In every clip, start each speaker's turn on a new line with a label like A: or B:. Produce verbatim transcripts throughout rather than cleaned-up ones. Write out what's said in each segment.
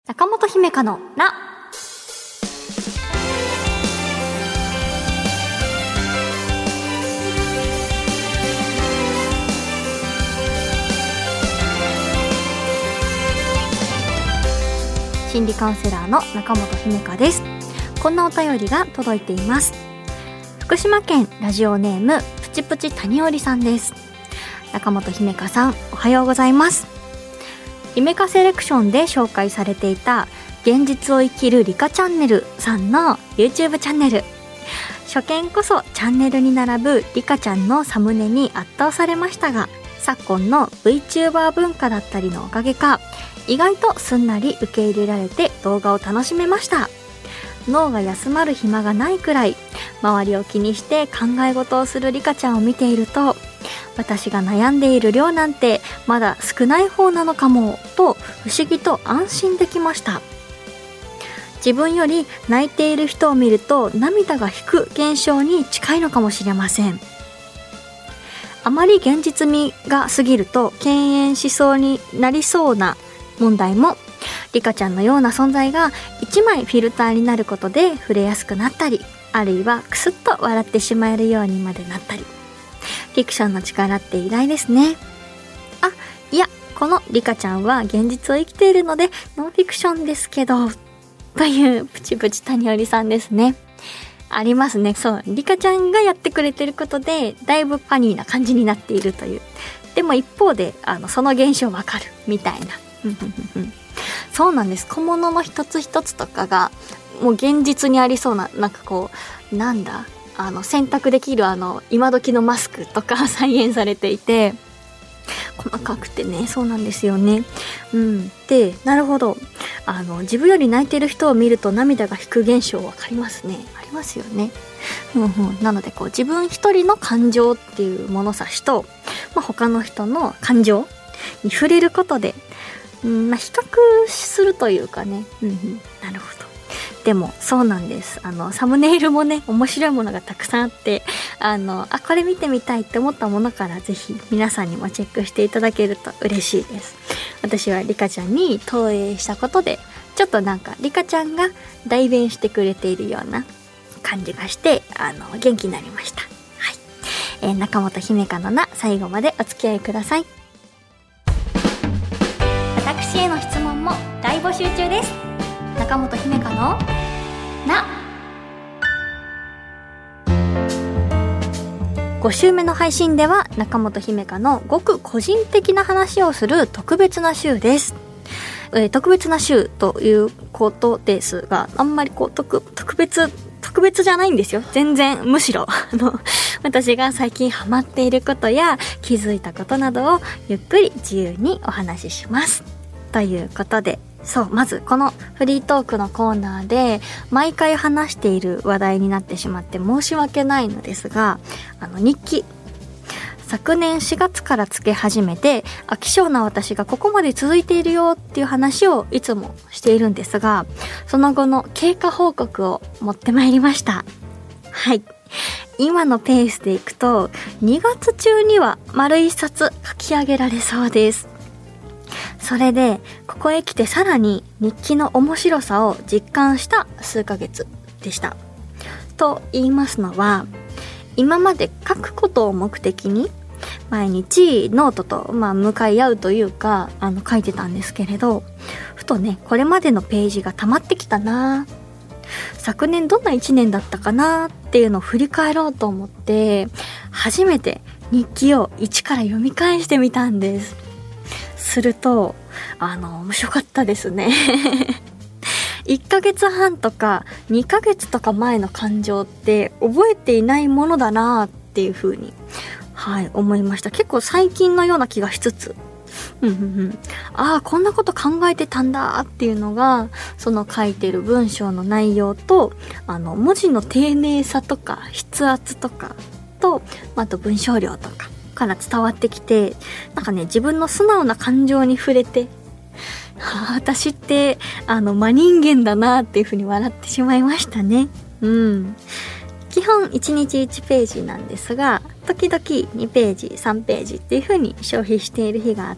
A: 中本姫香のな。心理カウンセラーの中本姫香です。こんなお便りが届いています。福島県ラジオネームプチプチ谷織さんです。中本姫香さん、おはようございます。姫香セレクションで紹介されていた現実を生きるリカチャンネルさんの YouTube チャンネル、初見こそチャンネルに並ぶリカちゃんのサムネに圧倒されましたが、昨今の VTuber 文化だったりのおかげか、意外とすんなり受け入れられて動画を楽しめました。脳が休まる暇がないくらい周りを気にして考え事をするリカちゃんを見ていると、私が悩んでいる量なんてまだ少ない方なのかもと不思議と安心できました。自分より泣いている人を見ると涙が引く現象に近いのかもしれません。あまり現実味が過ぎると敬遠しそうになりそうな問題も、リカちゃんのような存在が一枚フィルターになることで触れやすくなったり、あるいはクスッと笑ってしまえるようにまでなったり、フィクションの力って偉大ですね。あ、いや、このリカちゃんは現実を生きているのでノンフィクションですけど、というプチプチ谷織さんですね。ありますね。そう、リカちゃんがやってくれてることでだいぶファニーな感じになっているという。でも一方であのその現象わかるみたいなそうなんです。小物の一つ一つとかがもう現実にありそうな、なんかこうなんだあの選択できるあの今時のマスクとか再現されていて、細かくてね、そうなんですよね。うん。で、なるほど。あの自分より泣いてる人を見ると涙が引く現象わかりますね。ありますよね。うんうん。なのでこう自分一人の感情っていう物差しと、まあ、他の人の感情に触れることで、うんまあ、比較するというかね。うんうん。なるほど。でもそうなんです。あのサムネイルもね、面白いものがたくさんあって、あのあこれ見てみたいって思ったものからぜひ皆さんにもチェックしていただけると嬉しいです。私はリカちゃんに投影したことで、ちょっとなんかリカちゃんが代弁してくれているような感じがして、あの元気になりました。はい、えー、中本姫香のな、最後までお付き合いください。私への質問も大募集中です。中本姫香のな。ご週目の配信では中本姫香のごく個人的な話をする特別な週です。えー、特別な週ということですが、あんまりこう 特, 特別特別じゃないんですよ。全然むしろあの私が最近ハマっていることや気づいたことなどをゆっくり自由にお話ししますということで、そう、まずこのフリートークのコーナーで毎回話している話題になってしまって申し訳ないのですが、あの日記、昨年しがつからつけ始めて飽き性な私がここまで続いているよっていう話をいつもしているんですが、その後の経過報告を持ってまいりました。はい、今のペースでいくとにがつ中には丸一冊書き上げられそうです。それでここへ来てさらに日記の面白さを実感した数ヶ月でした。と言いますのは、今まで書くことを目的に毎日ノートと、まあ、向かい合うというかあの書いてたんですけれど、ふとね、これまでのページが溜まってきたな、昨年どんないちねんだったかなっていうのを振り返ろうと思って初めて日記を一から読み返してみたんです。するとあの面白かったですねいっかげつはんとかにかげつとか前の感情って覚えていないものだなっていう風に、はい、思いました。結構最近のような気がしつつ、うんうんうん、ああこんなこと考えてたんだっていうのが、その書いてる文章の内容とあの文字の丁寧さとか筆圧とかと、あと文章量とかから伝わってきて、なんかね、自分の素直な感情に触れて、はあ、私ってあの真人間だなっていう風に笑ってしまいましたね。うん。基本いちにちいちページなんですが、 時々にページさんページっていう風に消費している日があって、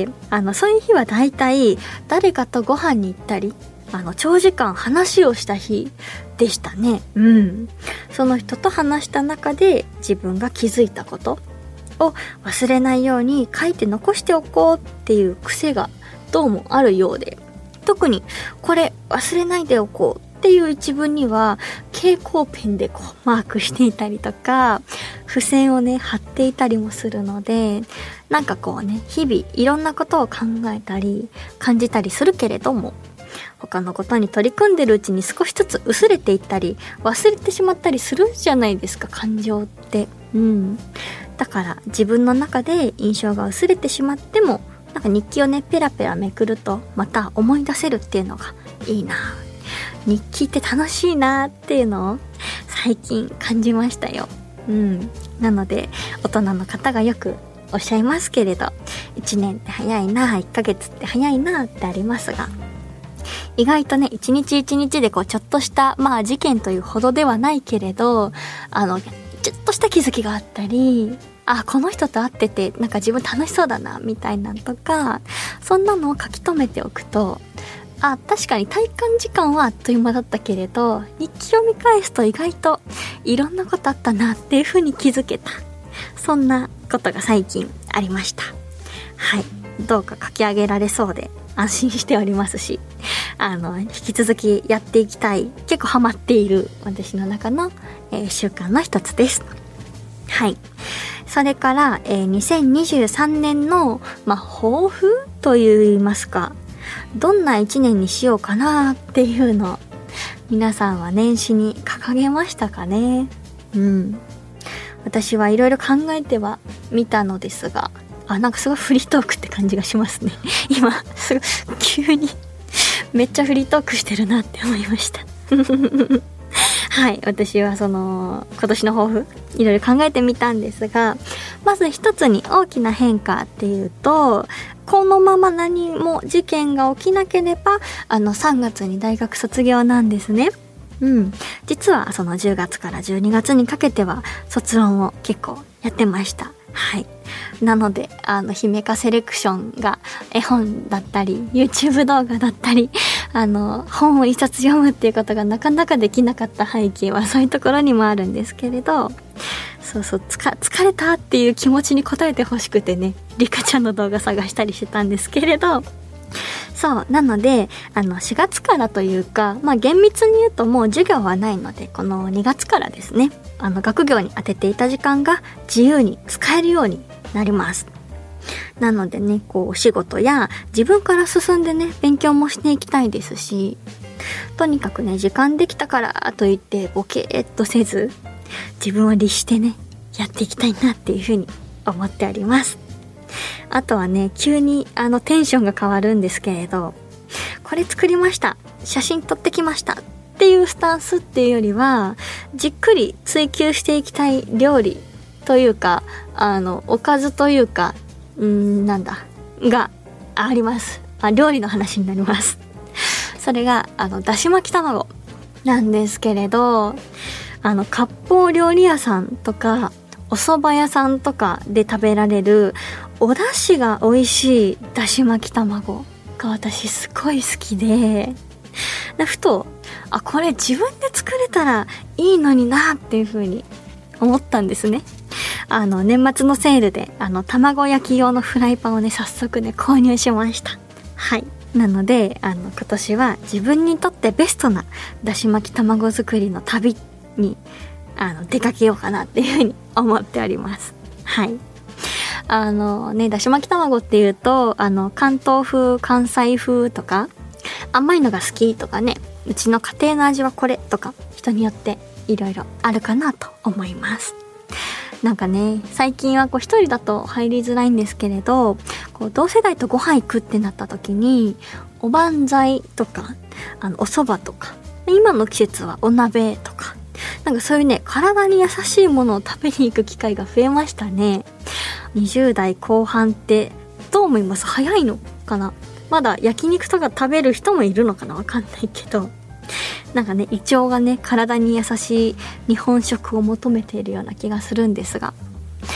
A: あのそういう日はだいたい誰かとご飯に行ったり、あの長時間話をした日でしたね。うん。その人と話した中で自分が気づいたことを忘れないように書いて残しておこうっていう癖がどうもあるようで、特にこれ忘れないでおこうっていう一文には蛍光ペンでこうマークしていたりとか、付箋をね貼っていたりもするので、なんかこうね、日々いろんなことを考えたり感じたりするけれども、他のことに取り組んでるうちに少しずつ薄れていったり忘れてしまったりするじゃないですか、感情って。うん。だから自分の中で印象が薄れてしまっても、なんか日記をねペラペラめくるとまた思い出せるっていうのがいいな。日記って楽しいなっていうのを最近感じましたよ。うん。なので大人の方がよくおっしゃいますけれど、いちねんって早いな、いっかげつって早いなってありますが、意外とね一日一日でこうちょっとしたまあ事件というほどではないけれど、あのちょっとした気づきがあったり、あ、この人と会っててなんか自分楽しそうだなみたいなんとか、そんなのを書き留めておくと、あ、確かに体感時間はあっという間だったけれど、日記を見返すと意外といろんなことあったなっていう風に気づけた、そんなことが最近ありました。はい、どうか書き上げられそうで安心しておりますし、あの引き続きやっていきたい、結構ハマっている私の中の、えー、習慣の一つです。はい。それから、えー、にせんにじゅうさんねんの、まあ、抱負と言いますか、どんないちねんにしようかなっていうの、皆さんは年始に掲げましたかね。うん。私はいろいろ考えてはみたのですが、あ、なんかすごいフリートークって感じがしますね。今、すごい、急に、めっちゃフリートークしてるなって思いました。はい、私はその今年の抱負いろいろ考えてみたんですが、まず一つに大きな変化っていうと、このまま何も事件が起きなければあのさんがつに大学卒業なんですね。うん、実はそのじゅうがつからじゅうにがつにかけては卒論を結構やってました。はい。なので、あの、姫香セレクションが絵本だったり、YouTube 動画だったり、あの、本を一冊読むっていうことがなかなかできなかった背景はそういうところにもあるんですけれど、そうそう、つか、疲れたっていう気持ちに応えてほしくてね、リカちゃんの動画探したりしてたんですけれど、そう、なので、あの、しがつからというか、まあ厳密に言うともう授業はないので、このにがつからですね、あの、学業に当てていた時間が自由に使えるようになります。なのでね、こう、お仕事や自分から進んでね、勉強もしていきたいですし、とにかくね、時間できたからといってボケーっとせず、自分を律してね、やっていきたいなっていうふうに思っております。あとはね、急にあのテンションが変わるんですけれど、これ作りました、写真撮ってきましたっていうスタンスっていうよりは、じっくり追求していきたい料理というか、あのおかずというか、うーんなんだがあります。あ、料理の話になります。それがあのだし巻き卵なんですけれど、あの割烹料理屋さんとかお蕎麦屋さんとかで食べられるお出汁が美味しいだし巻き卵が私すごい好きで、でふと、あ、これ自分で作れたらいいのになっていう風に思ったんですね。あの年末のセールであの卵焼き用のフライパンをね、早速ね購入しました。はい。なのであの今年は自分にとってベストなだし巻き卵作りの旅にあの出かけようかなっていうふうに思っております。はい。あのね、だし巻き卵っていうと、あの関東風、関西風とか甘いのが好きとかね、うちの家庭の味はこれとか、人によっていろいろあるかなと思います。なんかね、最近はこう一人だと入りづらいんですけれど、こう同世代とご飯行くってなった時に、おばんざいとか、あのお蕎麦とか、今の季節はお鍋とか、なんかそういうね、体に優しいものを食べに行く機会が増えましたね。にじゅう代後半ってどう思います？早いのかな？まだ焼肉とか食べる人もいるのかな？わかんないけど、なんかね、胃腸がね、体に優しい日本食を求めているような気がするんですが、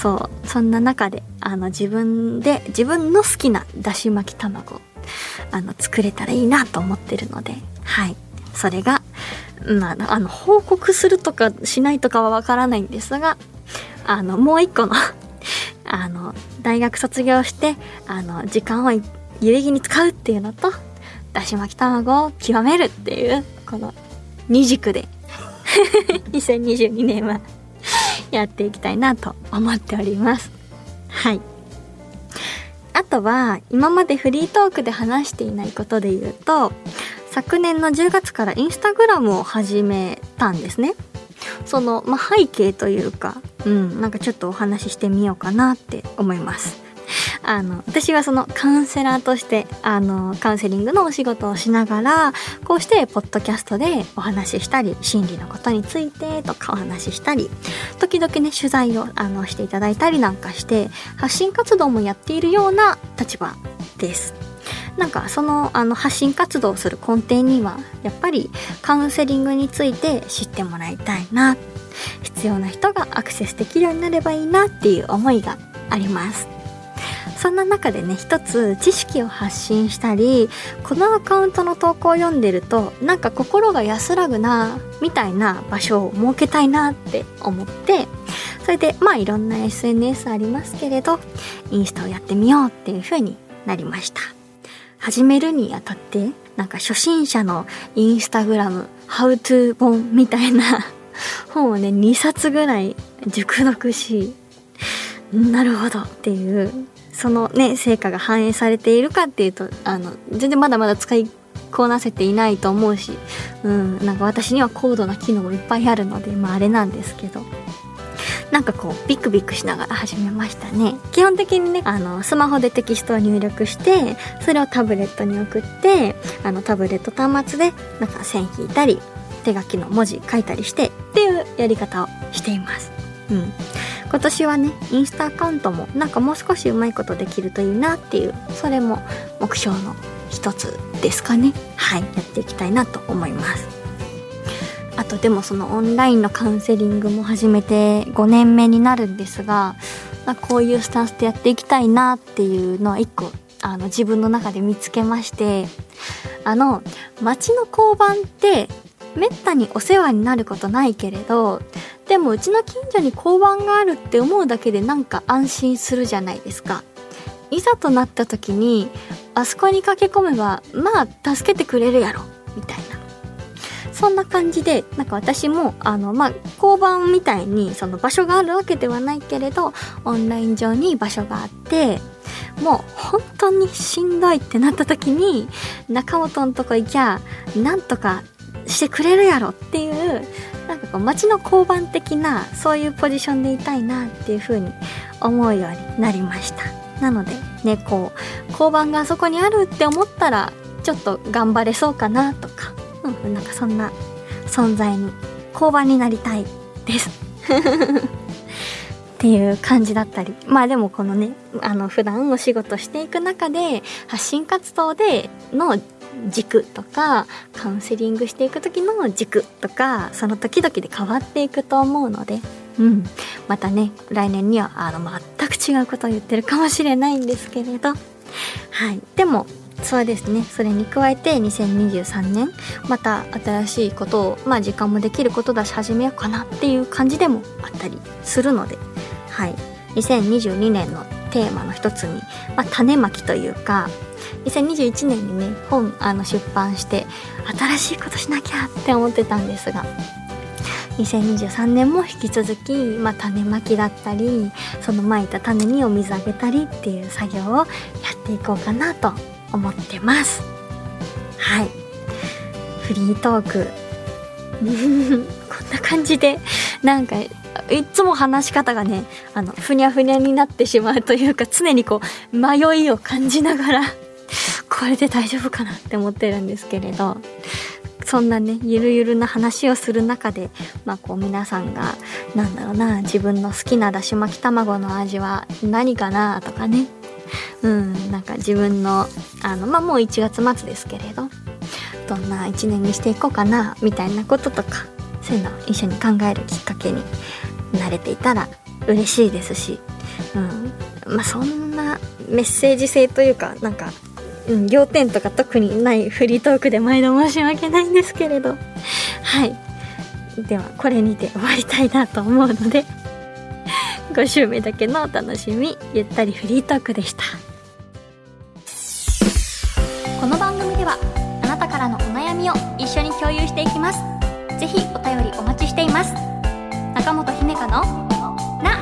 A: そうそんな中であの自分で自分の好きなだし巻き卵あの作れたらいいなと思ってるので、はい、それが、まあ、あの報告するとかしないとかはわからないんですが、あのもう一個のあの大学卒業してあの時間を有意義に使うっていうのとだし巻き卵を極めるっていうこの二軸でにせんにじゅうにねんはやっていきたいなと思っております。はい。あとは今までフリートークで話していないことで言うと、昨年のじゅうがつからインスタグラムを始めたんですね。その、まあ、背景というか、うん、なんかちょっとお話ししてみようかなって思います。あの私はそのカウンセラーとしてあのカウンセリングのお仕事をしながら、こうしてポッドキャストでお話ししたり、心理のことについてとかお話ししたり、時々ね取材をあのしていただいたりなんかして発信活動もやっているような立場です。なんかそのあの発信活動をする根底にはやっぱりカウンセリングについて知ってもらいたいな、必要な人がアクセスできるようになればいいなっていう思いがあります。そんな中でね、一つ知識を発信したり、このアカウントの投稿を読んでるとなんか心が安らぐなみたいな場所を設けたいなって思って、それでまあいろんな エスエヌエス ありますけれど、インスタをやってみようっていう風になりました。始めるにあたってなんか初心者のインスタグラムハウトゥー本みたいな本をねにさつぐらい熟読し、なるほどっていう、そのね成果が反映されているかっていうと、あの全然まだまだ使いこなせていないと思うし、うん、なんか私には高度な機能もいっぱいあるので、まああれなんですけど、なんかこうビクビクしながら始めましたね。基本的にねあのスマホでテキストを入力して、それをタブレットに送って、あのタブレット端末でなんか線引いたり手書きの文字書いたりしてっていうやり方をしています。うん、今年はねインスタアカウントもなんかもう少しうまいことできるといいなっていう、それも目標の一つですかね。はい、やっていきたいなと思います。あとでもそのオンラインのカウンセリングも始めてごねんめになるんですが、こういうスタンスでやっていきたいなっていうのは一個あの自分の中で見つけまして、あの町の交番ってめったにお世話になることないけれど、でもうちの近所に交番があるって思うだけでなんか安心するじゃないですか。いざとなった時にあそこに駆け込めばまあ助けてくれるやろみたいな、そんな感じで、なんか私もあのまあ交番みたいにその場所があるわけではないけれど、オンライン上に場所があって、もう本当にしんどいってなった時に中本のとこ行きゃなんとかしてくれるやろっていう、なんかこう街の交番的なそういうポジションでいたいなっていう風に思うようになりました。なのでね、こう交番があそこにあるって思ったらちょっと頑張れそうかなとか、うん、なんかそんな存在に交番になりたいですっていう感じだったり、まあでもこのねあの普段お仕事していく中で発信活動での軸とかカウンセリングしていく時の軸とか、その時々で変わっていくと思うので、うん、またね来年にはあの全く違うことを言ってるかもしれないんですけれど、はい、でもそうですね、それに加えてにせんにじゅうさんねんまた新しいことを、まあ時間もできることだし始めようかなっていう感じでもあったりするので、はい、にせんにじゅうにねんのテーマの一つに、まあ、種まきというか、にせんにじゅういちねんにね本あの出版して新しいことしなきゃって思ってたんですが、にせんにじゅうさんねんも引き続き、まあ、種まきだったり、そのまいた種にお水あげたりっていう作業をやっていこうかなと思ってます。はい、フリートークこんな感じで、なんかいつも話し方がねあのふにゃふにゃになってしまうというか、常にこう迷いを感じながらこれで大丈夫かなって思ってるんですけれど、そんなねゆるゆるな話をする中で、まあこう皆さんがなんだろうな、自分の好きなだし巻き卵の味は何かなとかね、うん、なんか自分のあのまあもういちがつ末ですけれど、どんないちねんにしていこうかなみたいなこととか、そういうのを一緒に考えるきっかけになれていたら嬉しいですし、 うんまあ、そんなメッセージ性というかなんか、うん、要点とか特にないフリートークで毎度申し訳ないんですけれど、はい、ではこれにて終わりたいなと思うのでご週目だけのお楽しみ、ゆったりフリートークでした。この番組ではあなたからのお悩みを一緒に共有していきます。ぜひお便りお待ちしています。中本姫香のな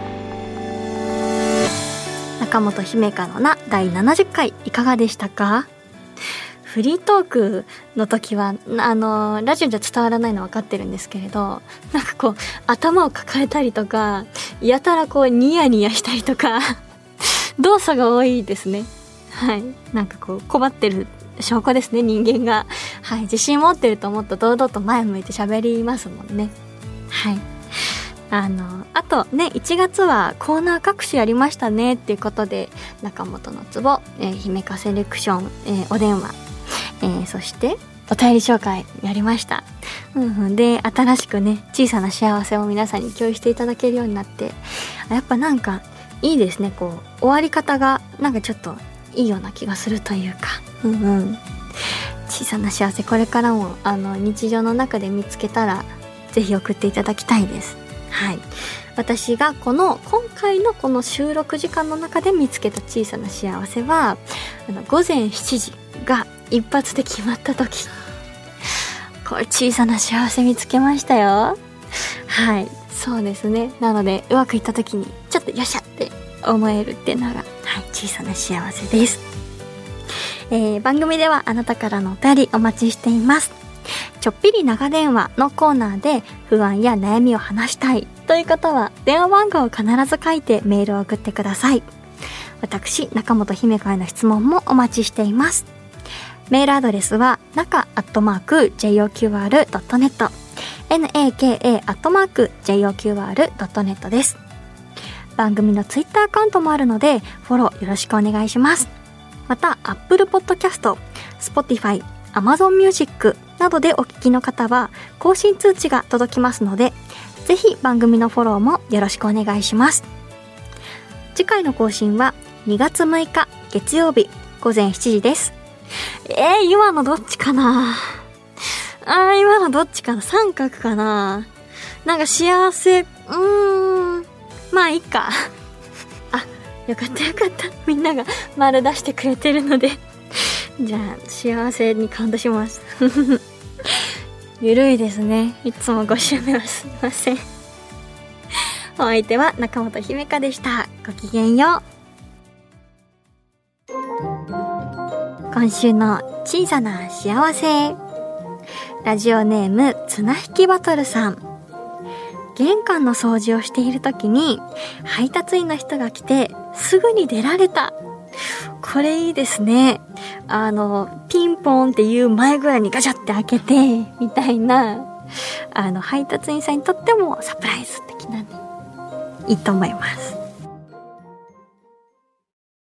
A: 中本姫香のなだいななじゅっかいいかがでしたか？フリートークの時はあのラジオじゃ伝わらないの分かってるんですけれど、なんかこう頭を抱えたりとかやたらこうニヤニヤしたりとか動作が多いですね。はい、なんかこう困ってる証拠ですね、人間が。はい、自信持ってるともっと堂々と前向いて喋りますもんね。はい、あのあとねいちがつはコーナー各種やりましたねっていうことで、中本のつぼ、えー、姫香セレクション、えー、お電話、えー、そしてお便り紹介やりました、うんうん、で新しくね小さな幸せを皆さんに共有していただけるようになって、やっぱなんかいいですね。こう終わり方がなんかちょっといいような気がするというか、うんうん、小さな幸せこれからもあの日常の中で見つけたらぜひ送っていただきたいです。はい、私がこの今回のこの収録時間の中で見つけた小さな幸せは、あのごぜんしちじが一発で決まった時、これ小さな幸せ見つけましたよ。はい、そうですね。なのでうまくいった時にちょっとよっしゃって思えるっていうのが、はい、小さな幸せです。えー、番組ではあなたからのお便りお待ちしています。ちょっぴり長電話のコーナーで不安や悩みを話したいという方は電話番号を必ず書いてメールを送ってください。私中本姫香への質問もお待ちしています。メールアドレスはなかアットマーク ジェイオーキューアールドットネット ナカ アットマーク ジェイオーキューアールドットネット です。番組のツイッターアカウントもあるのでフォローよろしくお願いします。また Apple Podcast、Spotify、Amazon Music などでお聞きの方は更新通知が届きますので、ぜひ番組のフォローもよろしくお願いします。次回の更新はにがつむいか月曜日ごぜんしちじです。えー、今のどっちかなあー今のどっちかな三角かななんか幸せ、うーんまあいいかあ、よかったよかった、みんなが丸出してくれてるのでじゃあ幸せにカウントしますゆるいですね。いつもご週目はすいませんお相手は中本姫香でした。ごきげんよう。今週の小さな幸せ、ラジオネーム綱引きバトルさん。玄関の掃除をしている時に配達員の人が来てすぐに出られた。これいいですね。あのピンポンっていう前ぐらいにガチャって開けてみたいな、あの配達員さんにとってもサプライズ的なね、いいと思います。